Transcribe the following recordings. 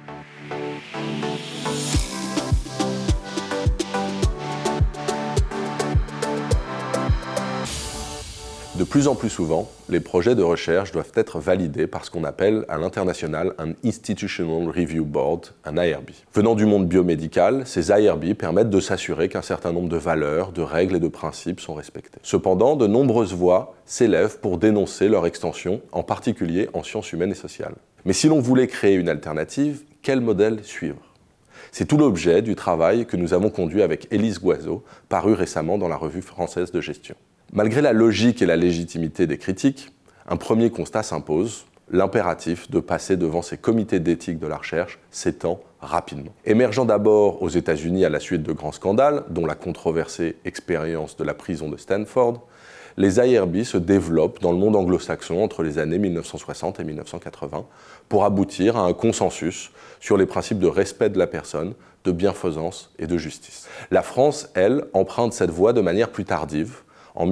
De plus en plus souvent, les projets de recherche doivent être validés par ce qu'on appelle à l'international un Institutional Review Board, un IRB. Venant du monde biomédical, ces IRB permettent de s'assurer qu'un certain nombre de valeurs, de règles et de principes sont respectés. Cependant, de nombreuses voix s'élèvent pour dénoncer leur extension, en particulier en sciences humaines et sociales. Mais si l'on voulait créer une alternative, quel modèle suivre ? C'est tout l'objet du travail que nous avons conduit avec Élise Goiseau, paru récemment dans la Revue française de gestion. Malgré la logique et la légitimité des critiques, un premier constat s'impose, l'impératif de passer devant ces comités d'éthique de la recherche s'étend rapidement. Émergeant d'abord aux États-Unis à la suite de grands scandales, dont la controversée expérience de la prison de Stanford, les IRB se développent dans le monde anglo-saxon entre les années 1960 et 1980 pour aboutir à un consensus sur les principes de respect de la personne, de bienfaisance et de justice. La France, elle, emprunte cette voie de manière plus tardive, en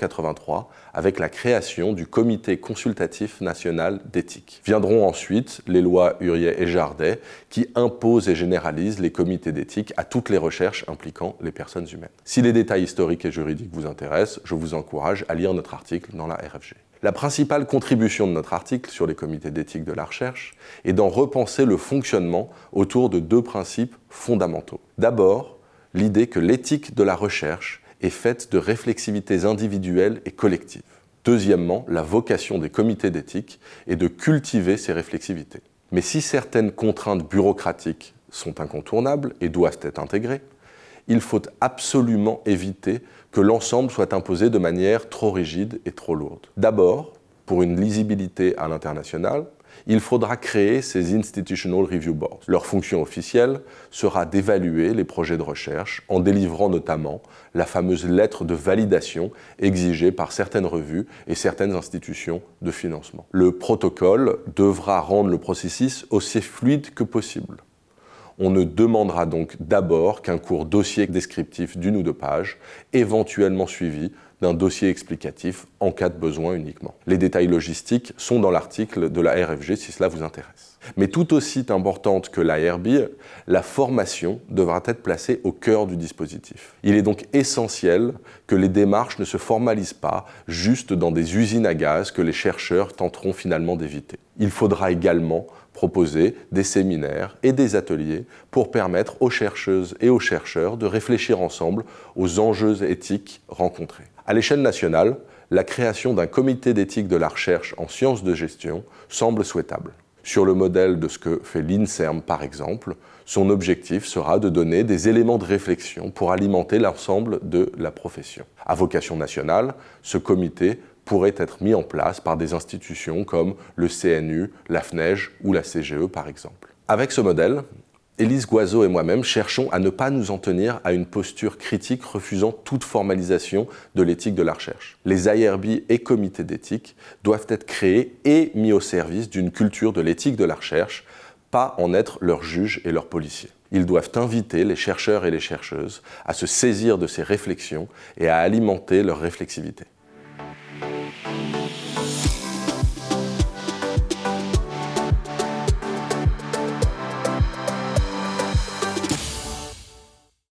1983, avec la création du Comité consultatif national d'éthique. Viendront ensuite les lois Huriet et Jardet qui imposent et généralisent les comités d'éthique à toutes les recherches impliquant les personnes humaines. Si les détails historiques et juridiques vous intéressent, je vous encourage à lire notre article dans la RFG. La principale contribution de notre article sur les comités d'éthique de la recherche est d'en repenser le fonctionnement autour de deux principes fondamentaux. D'abord, l'idée que l'éthique de la recherche est faite de réflexivités individuelles et collectives. Deuxièmement, la vocation des comités d'éthique est de cultiver ces réflexivités. Mais si certaines contraintes bureaucratiques sont incontournables et doivent être intégrées, il faut absolument éviter que l'ensemble soit imposé de manière trop rigide et trop lourde. D'abord, pour une lisibilité à l'international, il faudra créer ces Institutional Review Boards. Leur fonction officielle sera d'évaluer les projets de recherche en délivrant notamment la fameuse lettre de validation exigée par certaines revues et certaines institutions de financement. Le protocole devra rendre le processus aussi fluide que possible. On ne demandera donc d'abord qu'un court dossier descriptif d'1 ou 2 pages, éventuellement suivi d'un dossier explicatif en cas de besoin uniquement. Les détails logistiques sont dans l'article de la RFG si cela vous intéresse. Mais tout aussi importante que l'IRB, la formation devra être placée au cœur du dispositif. Il est donc essentiel que les démarches ne se formalisent pas juste dans des usines à gaz que les chercheurs tenteront finalement d'éviter. Il faudra également proposer des séminaires et des ateliers pour permettre aux chercheuses et aux chercheurs de réfléchir ensemble aux enjeux éthiques rencontrés. À l'échelle nationale, la création d'un comité d'éthique de la recherche en sciences de gestion semble souhaitable. Sur le modèle de ce que fait l'INSERM par exemple, son objectif sera de donner des éléments de réflexion pour alimenter l'ensemble de la profession. À vocation nationale, ce comité pourrait être mis en place par des institutions comme le CNU, la FNEJ ou la CGE par exemple. Avec ce modèle, Élise Goiseau et moi-même cherchons à ne pas nous en tenir à une posture critique refusant toute formalisation de l'éthique de la recherche. Les IRB et comités d'éthique doivent être créés et mis au service d'une culture de l'éthique de la recherche, pas en être leurs juges et leurs policiers. Ils doivent inviter les chercheurs et les chercheuses à se saisir de ces réflexions et à alimenter leur réflexivité.